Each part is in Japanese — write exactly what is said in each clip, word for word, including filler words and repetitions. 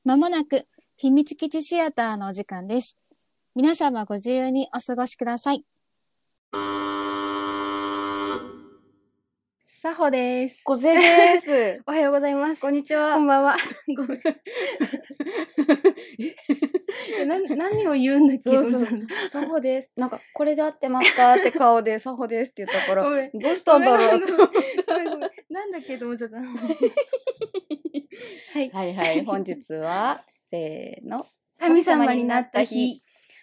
まもなく秘密基地シアターのお時間です。皆様ご自由にお過ごしください。さほです。 こぜです。 おはようございます。 こんにちは。 こんばんは。ごめん。な何を言うんだっけ。 そうそう。さほです。なんか、これで合ってますかって顔で、さほですって言ったから、どうしたんだろうって思った。 ごめんごめん。なんだっけと思っちゃった。はい。 はいはい。本日は、せーの。 神様になった日。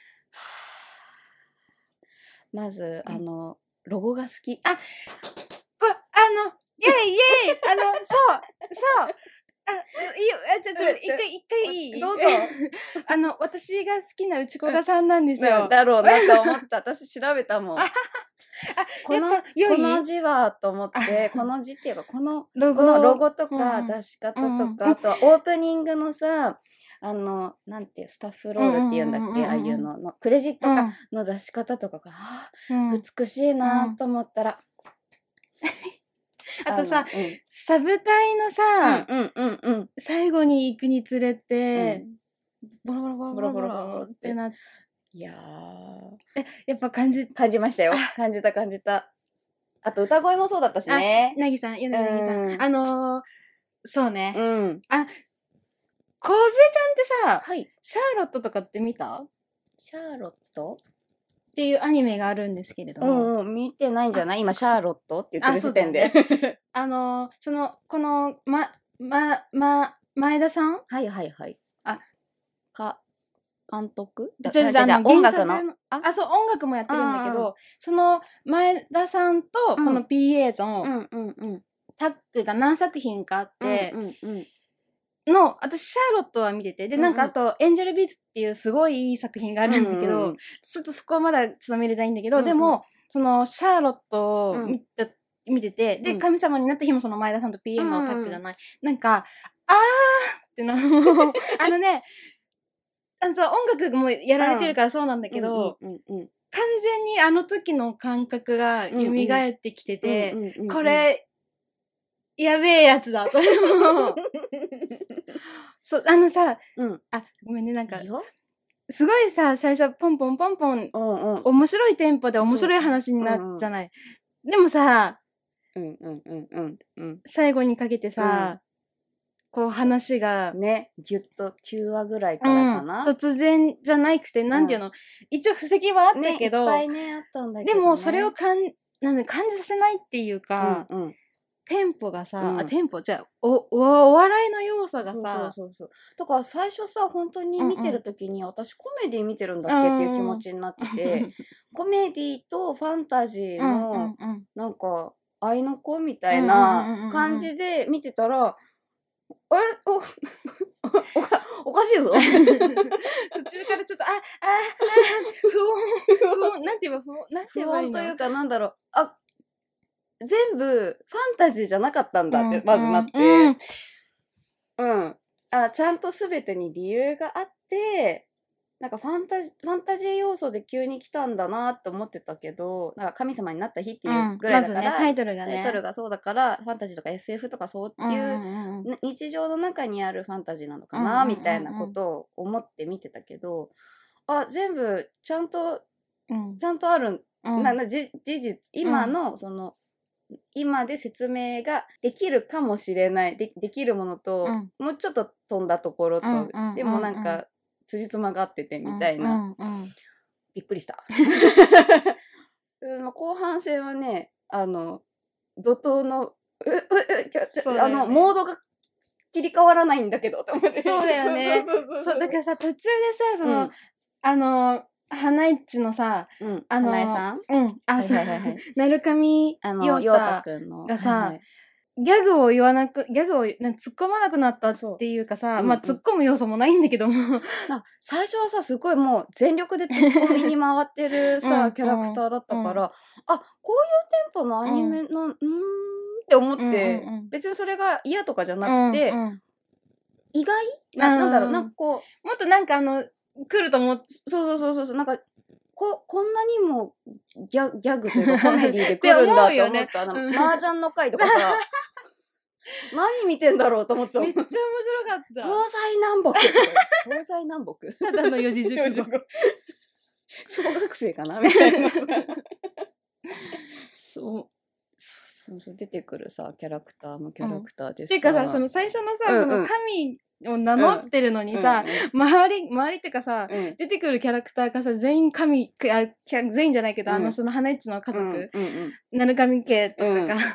まず、あの、ロゴが好き。 あ、これ、あの、イェイイェイあの、そう、そう。あ、いいよ、あ、ちょ、ちょ、一回、一回いい？ どうぞ。 あの、私が好きな内子さんなんですよ。 だろうなと思った。私調べたもん。この、この字はと思って、この字っていうか、このロゴ、このロゴとか出し方とか、うん、あとはオープニングのさ、あの、なんていう、スタッフロールっていうんだっけ、ああいうのの、クレジットかの出し方とかが、うん、美しいなと思ったら、 あとさ、うん、サブ隊のさ、 うんうんうん、 最後に行くにつれて、 うん、ボロボロボロボロボロボロってなって、いやー、 え、やっぱ感じ、 感じましたよ。感じた感じた。あと歌声もそうだったしね。 なぎさん、ゆななぎさん。うん、あのー、そうね。 うん。 あ、こずえちゃんってさ、はい、シャーロットとかって見た？ シャーロットっていうアニメがあるんですけれども。 うん、見てないんじゃない？今、シャーロットって言ってる時点で。 あ、あのー、その、この、ま、ま、ま、前田さん？ はいはいはい。あ、か、監督？ じゃじゃあ、音楽の。あ、あ、そう、音楽もやってるんだけど、その、前田さんと、この ピーエー の、タッグが何作品かあって、の、私、シャーロットは見てて、で、なんかあと、エンジェルビーツっていうすごいいい作品があるんだけど、ちょっとそこはまだちょっと見れないんだけど、でも、その、シャーロットを見て、見てて、で、神様になった日もその前田さんと ピーエー のタッグじゃない。なんか、あーってな、あのね、あの音楽もやられてるからそうなんだけど、完全にあの時の感覚が蘇ってきてて、これ、やべえやつだと。そう、あのさ、うん、あ、ごめんね、なんか、すごいさ、最初、ポンポンポンポン、うんうん、面白いテンポで面白い話になるじゃない。うんうん、でもさ、うんうんうんうん、最後にかけてさ、うん、こう話が。 ね、ぎゅっときゅうわぐらいからかな。 うん、突然じゃなくて、なんていうの、うん、一応布石はあったけど、 ね、いっぱいね、あったんだけど、ね。 でもそれをかん、なんで感じさせないっていうか、うんうん、テンポがさ、うん、あ、テンポじゃあ、お、お、お笑いの要素がさ、そうそうそうそう。だから最初さ、本当に見てる時に、うんうん、私コメディ見てるんだっけっていう気持ちになってて、うんうん、コメディとファンタジーの、うんうんうん、なんか、愛の子みたいな感じで見てたら、あれお、おか、おかしいぞ。 途中からちょっと、あ、あ、あ、不穏、不穏、なんて言えば不穏、なんて言えばいいの？ 不穏というか、なんだろう、あ、全部ファンタジーじゃなかったんだって、うん、まずなって、うん、うん。あ、ちゃんと全てに理由があって、なんかファンタジー、ファンタジー要素で急に来たんだなって思ってたけど、なんか神様になった日っていうぐらいだから、うん、まずね、 タイトルがね。 タイトルがそうだから、ファンタジーとか エスエフ とかそういう日常の中にあるファンタジーなのかな、みたいなことを思って見てたけど、あ、全部ちゃんと、うん、ちゃんとある、うん、なな事実、今のその、うん、今で説明ができるかもしれない、で、できるものと、うん、もうちょっと飛んだところと、うん、でもなんか、うん辻褄が合っててみたいな、うんうんうん、びっくりした後半戦はねあの怒涛のううう、ね、あのモードが切り替わらないんだけどと思ってそうだよねそうだからさ途中でさその、うん、あの花市のさ、 うん、あの花江さんうんあ、はいはいはいはい、なるかみようたがさ、はいはいギャグを言わなく、ギャグを突っ込まなくなったっていうかさ、うんうん、まあ突っ込む要素もないんだけども。 最初はさ、すごいもう全力で突っ込みに回ってるさ、キャラクターだったから、うん、あ、こういうテンポのアニメの、うん、うーんって思って、うんうん、別にそれが嫌とかじゃなくて、うんうん、意外な、なんだろう、なんかこう。もっとなんかあの、来ると思って。 そうそうそうそう、なんか、こ、こんなにもギャ、ギャグというかコメディで来るんだって思った。ね、あの、麻雀の回とかさ、 何見てんだろうと思ってた。 めっちゃ面白かった。 東西南北東西南北ただの四字熟語小学生かなみたいなそうそうそう出てくるさキャラクターもキャラクターです、 うん、てかさその最初のさ、うんうん、その神を名乗ってるのにさ、うんうん、周り周りってかさ、うん、出てくるキャラクターがさ全員神あ全員じゃないけど、うん、あのその花市の家族、うんうんうん、鳴神家とかが、うん、お前より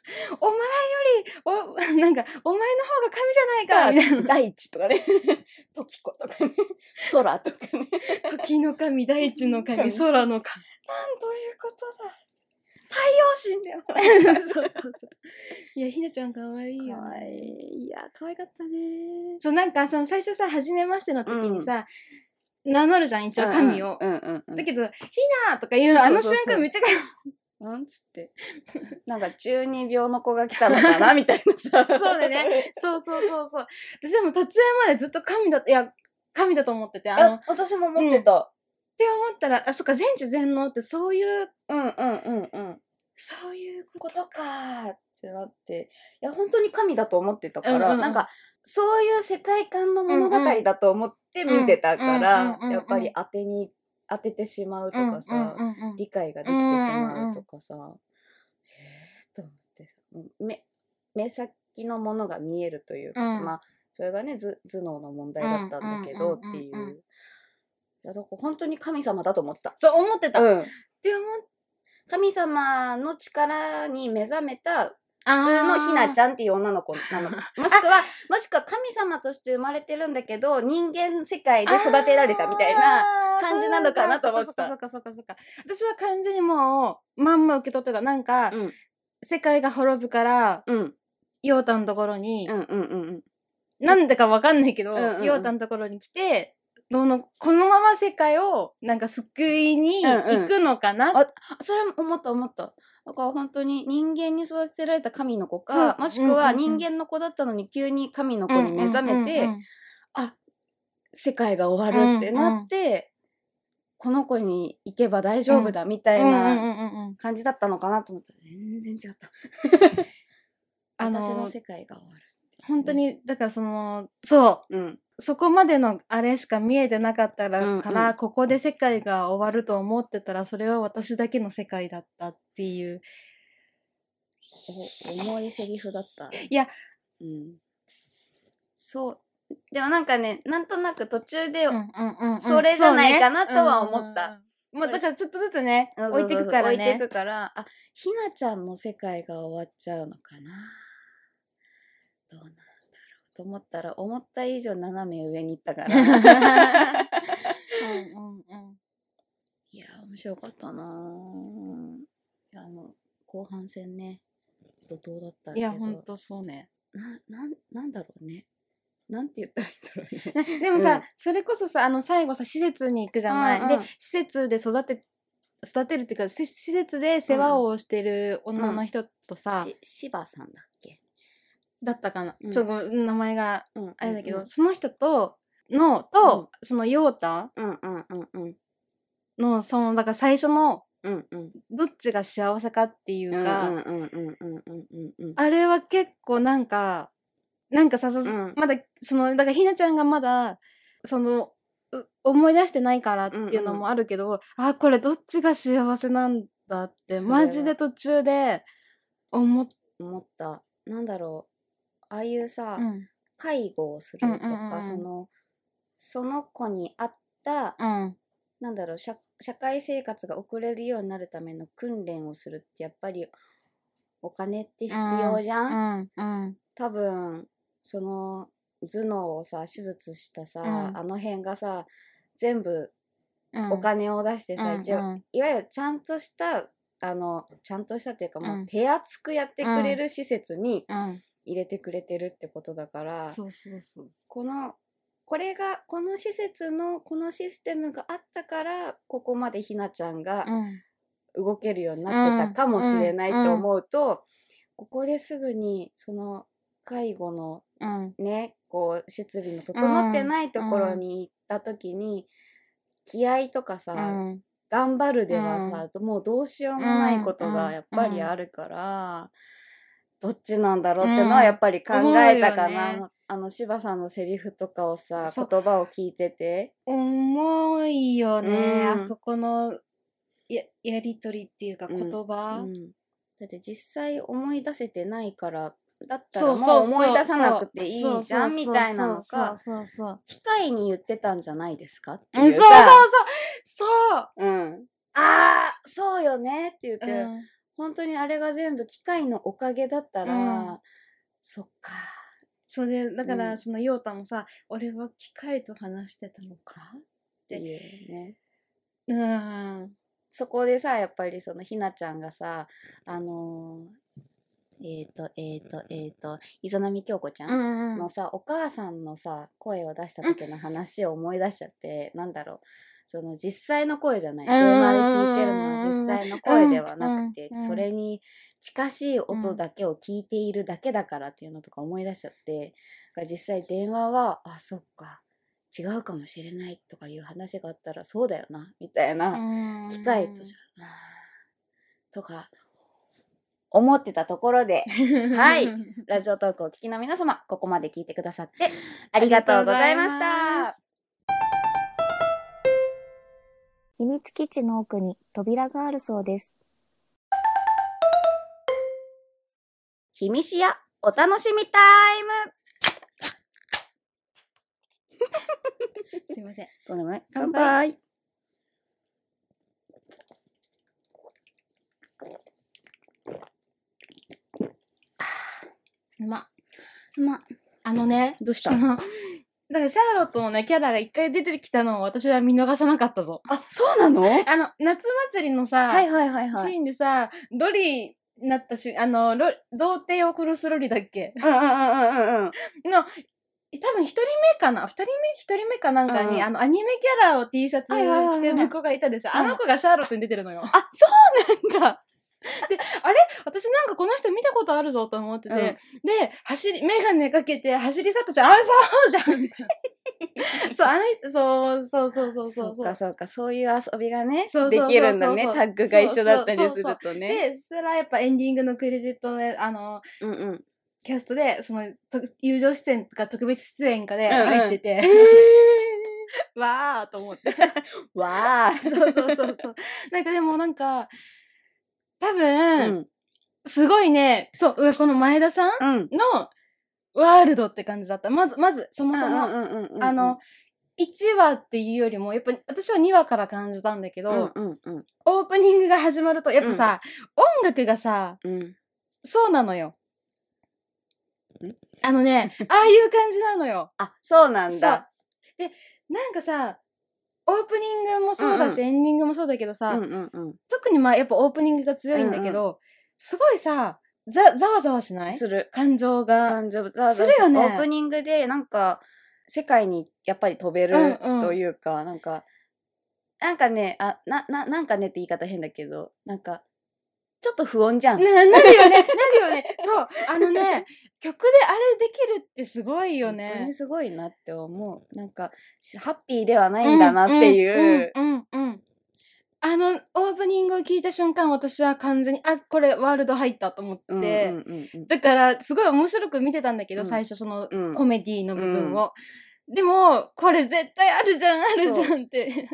おなんかお前の方が神じゃないかみたいな大地とかね時子とかね空とかね時の神大地の神空の神なんということだ太陽神だよそうそうそういやひなちゃんかわいいよ、ね、 かわいいいや可愛かったねそうなんかその最初さ初めましての時にさ、うん、名乗るじゃん一応神を、うんうんうんうん、だけどひなとか言うあの瞬間めっちゃなんつってなんか中二病の子が来たのかなみたいなさそうだねそうそうそうそう私でも途中までずっと神だいや神だと思っててあの私も思ってた、うんって思ったら、あ、そっか、全知全能ってそういう、 うんうんうんうん。 そういうことかーってなって、いや、本当に神だと思ってたから、うんうん、なんか、そういう世界観の物語だと思って見てたから、やっぱり当てに、当ててしまうとかさ、うんうんうん、理解ができてしまうとかさ、うんうんうん、へーと思ってさ、目、目先のものが見えるというか、うん、まあ、それがね、頭脳の問題だったんだけどっていう、いやだから本当に神様だと思ってた。 そう思ってた。うん、 でも神様の力に目覚めた普通のひなちゃんっていう女の子なの。もしくはもしくは神様として生まれてるんだけど人間世界で育てられたみたいな感じなのかなと思ってた。 そうかそうかそうか。私は完全にもうまんま受け取ってた。なんか、うん、世界が滅ぶから、うん、ヨータのところに、うんうんうん、なんでかわかんないけど、うんうんうん、ヨータのところに来て。どのこのまま世界をなんか救いに行くのかな、うんうん、 あそれ思った思っただから本当に人間に育てられた神の子かもしくは人間の子だったのに急に神の子に目覚めて、うんうんうんうん、あ世界が終わるってなって、うんうん、この子に行けば大丈夫だみたいな感じだったのかなと思ったら全然違った私の世界が終わる本当にだからそのそう、うんそこまでのあれしか見えてなかったら、うんうん、からここで世界が終わると思ってたらそれは私だけの世界だったっていう重いセリフだったいや、 うん、そうでもなんかねなんとなく途中でそれじゃないかなとは思った、 まあ、だからちょっとずつね置いていくからね置いていくからあひなちゃんの世界が終わっちゃうのかなどうなんと思ったら思った以上斜め上に行ったからうんうん、うん、いや面白かったなあの後半戦ね怒涛だったけどいやほんとそうねな、な、なんだろうねなんて言ったらいいんだろうねでもさ、うん、それこそさあの最後さ施設に行くじゃない、うんうん、で施設で育て育てるっていうか施設で世話をしてる女の人とさ、 うん、し柴さんだっけだったかな、うん、ちょっと名前があれだけど、うんうんうん、その人とのと、うん、そのヨータのそのだから最初の、うんうん、どっちが幸せかっていうかあれは結構なんかなんかさ、うん、まだそのだからひなちゃんがまだその思い出してないからっていうのもあるけど、うんうん、あこれどっちが幸せなんだってマジで途中で思っ思ったなんだろうああいうさ、うん、介護をするとか、うんうんうん、そのその子に合った、うん、なんだろう 社, 社会生活が送れるようになるための訓練をするってやっぱりお金って必要じゃん、うんうんうん、多分その頭脳をさ手術したさ、うん、あの辺がさ全部お金を出してさ、うん、一応、うん、いわゆるちゃんとしたあのちゃんとしたっていうか、うん、もう手厚くやってくれる施設に、うん入れてくれてるってことだからそうそうそうこのこれがこの施設のこのシステムがあったからここまでひなちゃんが動けるようになってたかもしれないと思うと、うんうん、ここですぐにその介護のね、うん、こう設備の整ってないところに行った時に、うん、気合とかさ、うん、頑張るではさ、うん、もうどうしようもないことがやっぱりあるから、 どっちなんだろうってのはやっぱり考えたかな、うんね、あの柴さんのセリフとかをさ言葉を聞いてて重いよね、うん、あそこの や, やりとりっていうか言葉、 うんうん、だって実際思い出せてないからだったらもう思い出さなくていいじゃんみたいなのか機械に言ってたんじゃないですかっていうさ、 そうそうそうそう、うん、ああそうよねって言って、うん、本当にあれが全部機械のおかげだったら、うん、そっかそれだからその陽太もさ、うん、俺は機械と話してたのかっていうね、 うん、そこでさやっぱりそのひなちゃんがさあのー、えっ、ー、とえっ、ー、とえっ、と伊佐波京子ちゃんのさ、うんうん、お母さんのさ声を出した時の話を思い出しちゃって、うん、なんだろうその実際の声じゃない、電話で聞いてるのは実際の声ではなくて、それに近しい音だけを聞いているだけだからっていうのとか思い出しちゃって、実際電話はあそっか違うかもしれないとかいう話があったらそうだよなみたいな機械とじゃとか思ってたところではいラジオトークをお聞きの皆様ここまで聞いてくださってありがとうございました。 秘密基地の奥に扉があるそうです。 秘密やお楽しみタイムすいません。 とんでもない。乾杯。 うま。うま。あのね。 どうした？ そのだからシャーロットのねキャラが一回出てきたのを私は見逃さなかったぞ。 あ、そうなの？ あの夏祭りのさ、 はいはいはいはい、 シーンでさ、ロリになったし、あのロ童貞を殺すロリだっけ？ うんうんうんうんうん。 の多分一人目かな二人目一人目かなんかに、うん、あのアニメキャラを T シャツ着てる子がいたでしょ、はいはいはいはい、あの子がシャーロットに出てるのよ。 あ、そうなんだ。 で、あれ私なんかこの人見たことあるぞと思ってて、うん、で、走り、メガネかけて走り去ったじゃん。あ、そうじゃんみたいな。そう、あの人、そうそうそうそうそう。 そうかそうか、そういう遊びがね、そうそうそうそうできるんだね、タッグが一緒だったりするとね。そうそうそうそうで、そしたらやっぱエンディングのクレジットで、あの、 うんうん、 キャストで、その、友情出演とか特別出演かで入ってて、 うんうん、わーと思って。 わー。 そうそうそうそう。なんかでもなんか、多分、うん、すごいね、そう、この前田さんのワールドって感じだった。まず、まず、そもそも、あの、いちわっていうよりも、やっぱ私はにわから感じたんだけど、 うんうんうん、 オープニングが始まると、やっぱさ、うん、音楽がさ、 うん、 そうなのよ。あのね、ああいう感じなのよ。 あ、そうなんだ。 で、なんかさ、オープニングもそうだし、うんうん、エンディングもそうだけどさ、 うんうんうん、 特にまあやっぱオープニングが強いんだけど、うんうん、すごいさ、ざ、ざわざわしない？ する。 感情が。 感情が。するよね。オープニングでなんか、世界にやっぱり飛べるというか、うんうん、なんか、なんかね、あ、な、な、なんかねって言い方変だけど、なんか、ちょっと不穏じゃん。 な、なるよね、なるよね。そう、あのね、曲であれできるってすごいよね。 本当にすごいなって思う。なんか、ハッピーではないんだなっていう。 うん、うん、うん、うん。あの、オープニングを聞いた瞬間、私は完全に、あ、これワールド入ったと思って。うんうんうんうん、だから、すごい面白く見てたんだけど、うん、最初その、うん、コメディの部分を。うん、でも、これ絶対あるじゃん、あるじゃんって。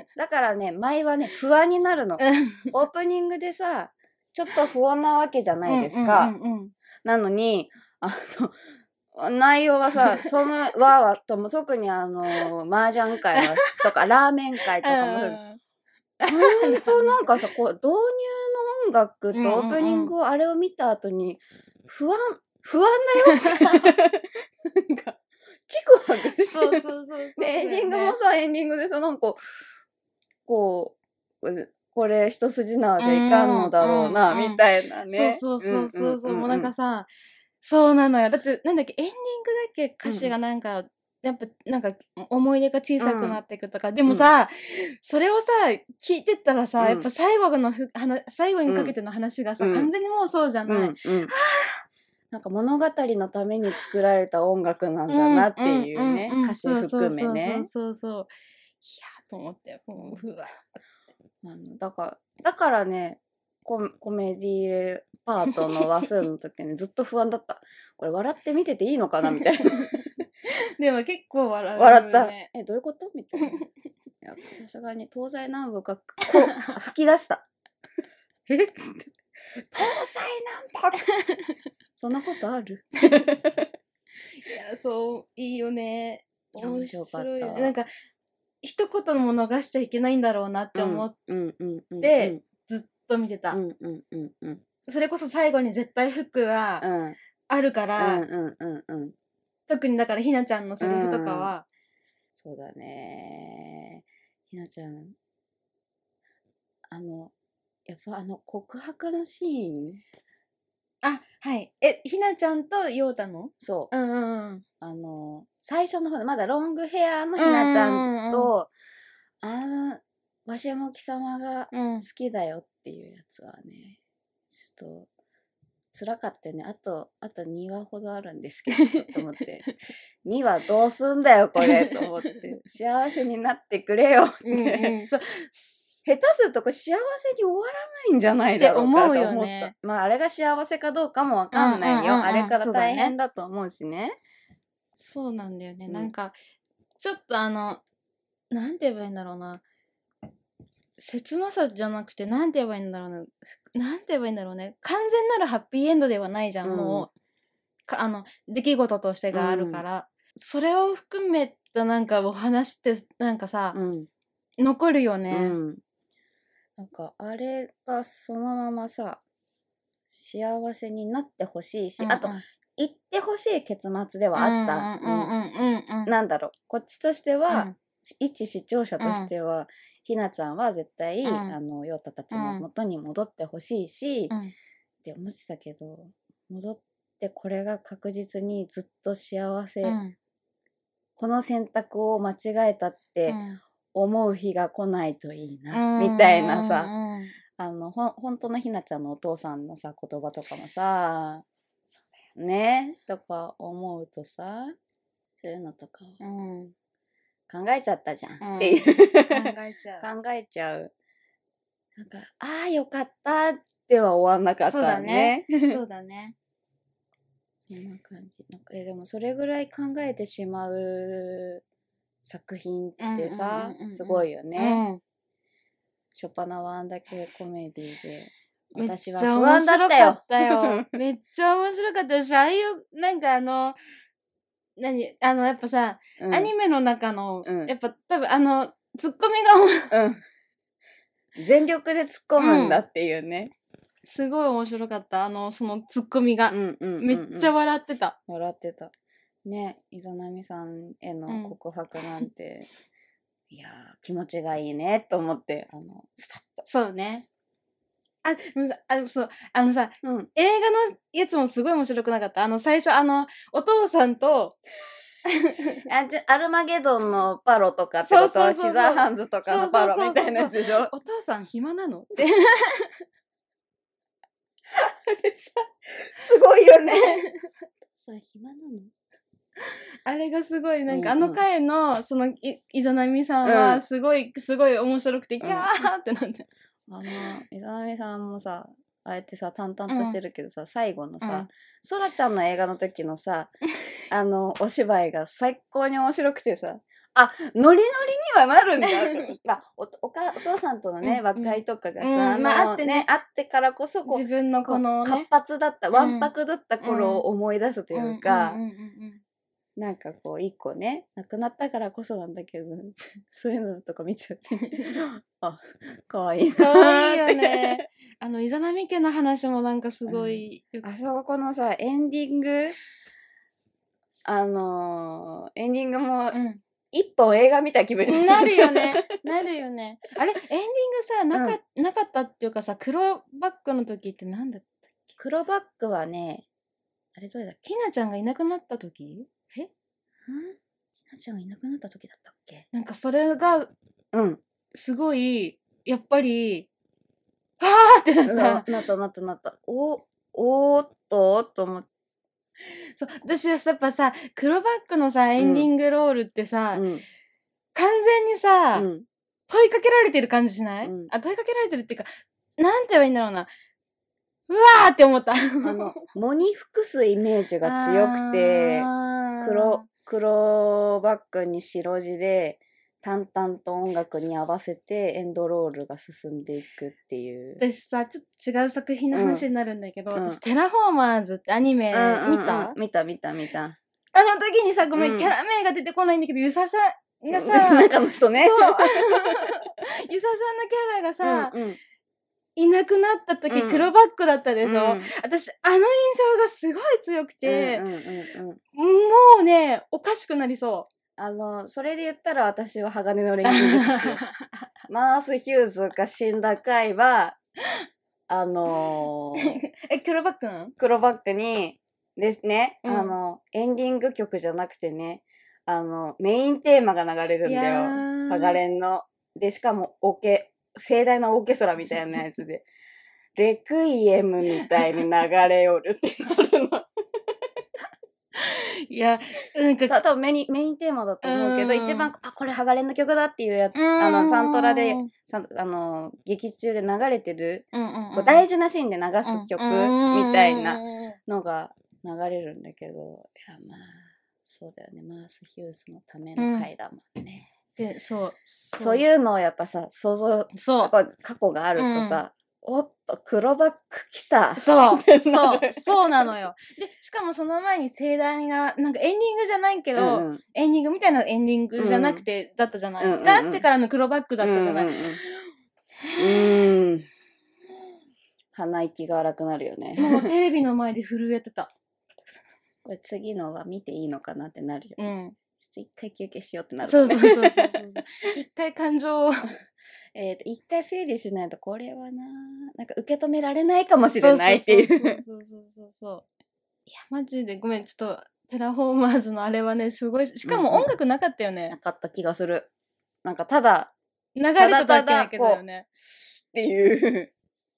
だからね、前はね、不安になるの。オープニングでさ、ちょっと不穏なわけじゃないですか。うんうんうんうん、なのに、あの、内容はさ、そのわーわとも特にあの、麻雀会はとか、ラーメン会とかもそう。ほんとなんかさ、こう、導入の音楽とオープニングをあれを見た後に、不安、不安だよって。なんか、チクワクして。 そうそうそうそう、 ね。エンディングもさ、エンディングでさ、なんか、こう、これ一筋縄じゃいかんのだろうな、うんうんうん、みたいなね。 そうそうそうそう。もうなんかさ、そうなのよ。だって、なんだっけ、エンディングだっけ歌詞がなんか、うん、やっぱなんか思い出が小さくなっていくとか、うん、でもさ、うん、それをさ聞いてったらさ、うん、やっぱ最後の最後にかけての話がさ、うん、完全にもうそうじゃない、うんうん、 なんか物語のために作られた音楽なんだなっていうね、うんうんうん、歌詞含めね。 そうそうそうそう。いやーと思って、もううわあのだからだからね、 コ, コメディパートの話数の時にずっと不安だった。これ笑って見てていいのかなみたいな。 でも結構笑う、ね。 笑った。え、どういうことみたいな。さすがに東西南北がこう吹き出した。えっつって。東西南北そんなことあるいや、そう、いいよね。 面白かった。 なんか、一言も逃しちゃいけないんだろうなって思って、ずっと見てた。それこそ最後に絶対服があるから、特にだからひなちゃんのセリフとかは、うん、 そうだね。ひなちゃん、あの、やっぱあの告白のシーン。 あ、はい。え、ひなちゃんとようたの？ そう。 うんうんうん。 あの、最初の方でまだロングヘアのひなちゃんと、うんうんうん、あの、わしも貴様が好きだよっていうやつはね、ちょっと、辛かったよね。あと、あとにわほどあるんですけど、と思って。にわどうすんだよ、これ、と思って。幸せになってくれよって。うんうん、そう下手するとこれ幸せに終わらないんじゃないだろうかと思った。思うよね、まあ、あれが幸せかどうかもわかんないよ。うんうんうんうん、あれから大変だと思うしね。 そうなんだよね。うん、なんか、ちょっとあの、なんて言えばいいんだろうな。切なさじゃなくて、なんて言えばいいんだろうね。なんて言えばいいんだろうね。完全なるハッピーエンドではないじゃん、うん、もう。かあの、出来事としてがあるから。うん、それを含めたなんかお話って、なんかさ、うん、残るよね。うん、 なんか、あれがそのままさ、幸せになってほしいし、うんうん、あと、言ってほしい結末ではあった。なんだろう。こっちとしては、うん、一視聴者としては、うん、ひなちゃんは絶対、うん、あの、ヨータたちの元に戻ってほしいし、うん、って思ってたけど、戻ってこれが確実にずっと幸せ、うん、この選択を間違えたって思う日が来ないといいな、うん、みたいなさ、うん、あの、ほ、本当のひなちゃんのお父さんのさ、言葉とかもさ、そうだよね、とか思うとさ、そういうのとか、うん考えちゃったじゃんっていう、うん、考えちゃう考えちゃうなんかああよかったっては終わんなかったね。 そうだねそんな感じなんかえでもそれぐらい考えてしまう作品ってさ、うんうんうんうん、すごいよね、うん、ショパナはあんだけコメディで私は不安だったよ。 めっちゃ面白かったし、ああいうなんかあの何あのやっぱさ、うん、アニメの中の、うん、やっぱ多分あのツッコミが、うん、 全力で突っ込むんだっていうね、 うん、すごい面白かったあのそのツッコミが、うんうんうんうん、めっちゃ笑ってた笑ってたね。イザナミさんへの告白なんて、うん、いや気持ちがいいねと思ってあのスパッとそうねあ、あそうあのさ、うん、映画のやつもすごい面白くなかった。あの最初あのお父さんとあじゃアルマゲドンのパロとかってことはシザーハンズとかのパロみたいなやつでしょ。 お父さん暇なのってあれさすごいよね。お父さん暇なのあれがすごいなんか、うんうん、あの回のその い, イザナミさんはすごい、うん、すごい面白くてキャーってなって。 あのイザナミさんもさああやってさ淡々としてるけどさ、うん、最後のさ、ソラちゃんの映画の時のさあのお芝居が最高に面白くてさあノリノリにはなるんだってまあ、お, お, かお父さんとのね、うん、和解とかがさ、うんまああってね、あってからこそこう自分のこの、ね、 活発だったわんぱくだった頃を思い出すというかなんかこう一個ね亡くなったからこそなんだけどそういうのとか見ちゃってあかわいいなかわいいよねあのイザナミ家の話もなんかすごい、 うん、あそこのさエンディングあのー、エンディングも、うん一本映画見た気分になるよねなるよねあれエンディングさな か,、うん、なかったっていうかさ黒バッグの時って何だったっけ。 黒バッグはねあれどれだっけ。 ひなちゃんがいなくなった時えんひなちゃんがいなくなった時だったっけ。 なんかそれがうんすごいやっぱりはーってなった、 うん、なったなったなったおおーっとと思ってそう私はやっぱさ黒バッグのさエンディングロールってさ、うん、完全にさ、うん、問いかけられてる感じしない、うん、あ問いかけられてるっていうかなんて言えばいいんだろうな。うわーって思った。あの、藻に服すイメージが強くて、黒、黒バッグに白地で、淡々と音楽に合わせてエンドロールが進んでいくっていう。 私さ、ちょっと違う作品の話になるんだけど、うん、私、テラフォーマーズってアニメ、うん、見た、 うん、見た見た見た。 あの時にさ、ごめん、うん、キャラ名が出てこないんだけど、ゆささがさ、 中の人ね。 そう。ゆささんのキャラがさ、うんうん、いなくなった時、うん、黒バッグだったでしょ、うん、私、あの印象がすごい強くて、うんうんうんうん、もうね、おかしくなりそう。 あの、それで言ったら私は鋼の錬金術師。マース・ヒューズが死んだ回は、あのー、 え、黒バッグなの？ 黒バッグに、ですね、うん、あの、エンディング曲じゃなくてね、あの、メインテーマが流れるんだよ。鋼の。で、しかも、オケ、盛大なオーケストラみたいなやつで、レクイエムみたいに流れよるってなるの。 いや、なんか、 た多分メイン、メインテーマだと思うけど、一番、あ、これハガレンの曲だっていうやつ、あの、サントラで、あの、劇中で流れてる、こう大事なシーンで流す曲みたいなのが流れるんだけど、いや、まあ、そうだよね。マース・ヒューズのための回だもんね。 うん、で、そう。 そういうのをやっぱさ、想像、そう過去があるとさ、おっと、黒バッグ来た。 そう、そう、そうなのよ。で、しかもその前に盛大な、なんかエンディングじゃないけど、うんうん、エンディングみたいなエンディングじゃなくて、うん、だったじゃない。うんうん、があってからの黒バッグだったじゃない。うんうんうん、うーん。鼻息が荒くなるよね。 もうテレビの前で震えてた。 これ次のは見ていいのかなってなるよ。うん。ちょっと一回休憩しようってなる、 ね。そうそうそうそうそう。一回感情を。 えっと、一回整理しないと、これはな、なんか受け止められないかもしれないっていう。 そうそうそうそう。いや、マジでごめん、ちょっと、テラフォーマーズのあれはね、すごい、しかも音楽なかったよね。うんうん、 なかった気がする。なんかただ、 流れてただけだけどよね。 っていう。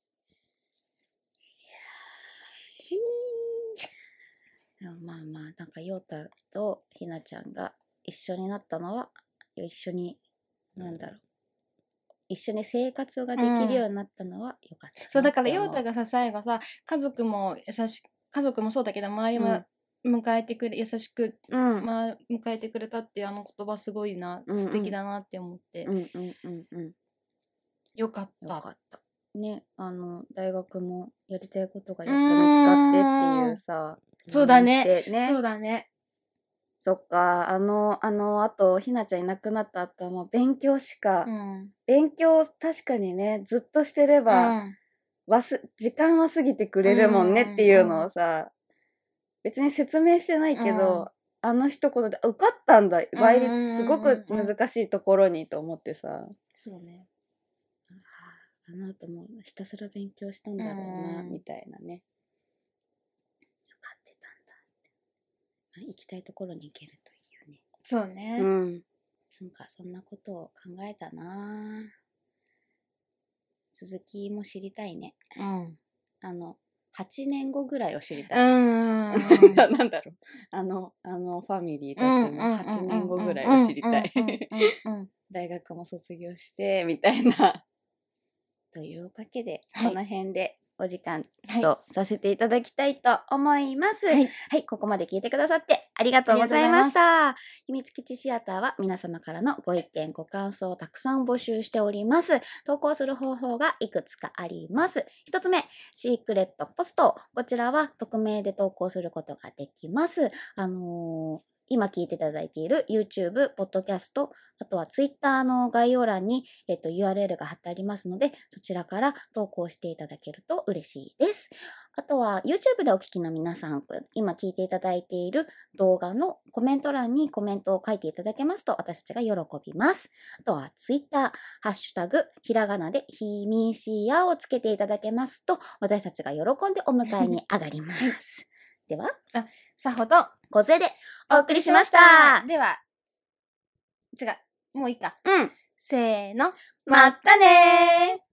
でもまあまあ、なんか、ヨータとひなちゃんが一緒になったのは、一緒に、なんだろう。一緒に生活ができるようになったのは良かった、うん。 そう、だから、ヨータがさ、最後さ、家族も優しく、家族もそうだけど、周りも迎えてくれ、うん、優しく、うんまあ、迎えてくれたっていうあの言葉すごいな、うんうん、素敵だなって思って。うんうんうんうん。よかった。 よかった。ね、あの、大学もやりたいことがやっと見つかってっていうさ、 そうだね。ねそうだね。 そっか、あの、あの、あと、ひなちゃんいなくなった後はもう勉強しか、うん、勉強確かにね、ずっとしてれば、うん、わす、時間は過ぎてくれるもんねっていうのをさ、うん、別に説明してないけど、うん、あの一言で、受かったんだ、倍率すごく難しいところにと思ってさ、 そうね。 あの後もひたすら勉強したんだろうな、みたいなね。行きたいところに行けるといいよね。 そうね。 うん。なんかそんなことを考えたな。続きも知りたいね。うん。あの、はちねんごぐらいを知りたい。うん。なんだろう。あの、あのファミリーたちのはちねんごぐらいを知りたい。大学も卒業して、みたいな。というわけで、はい、この辺で。お時間とさせていただきたいと思います。はい。はい、ここまで聞いてくださってありがとうございました。秘密基地シアターは皆様からのご意見、ご感想をたくさん募集しております。投稿する方法がいくつかあります。一つ目、シークレットポスト。こちらは匿名で投稿することができます。あのー今聞いていただいている YouTube、Podcast、あとは Twitter の概要欄に、えっと、ユーアールエル が貼ってありますので、そちらから投稿していただけると嬉しいです。あとは YouTube でお聞きの皆さん、今聞いていただいている動画のコメント欄にコメントを書いていただけますと私たちが喜びます。あとは Twitter、ハッシュタグ、ひらがなでひみしやをつけていただけますと私たちが喜んでお迎えに上がります。では、 あ、さほど、 小杖でお送りしました。 では、違う、もういいか。 うん。 せーの。 まったねー。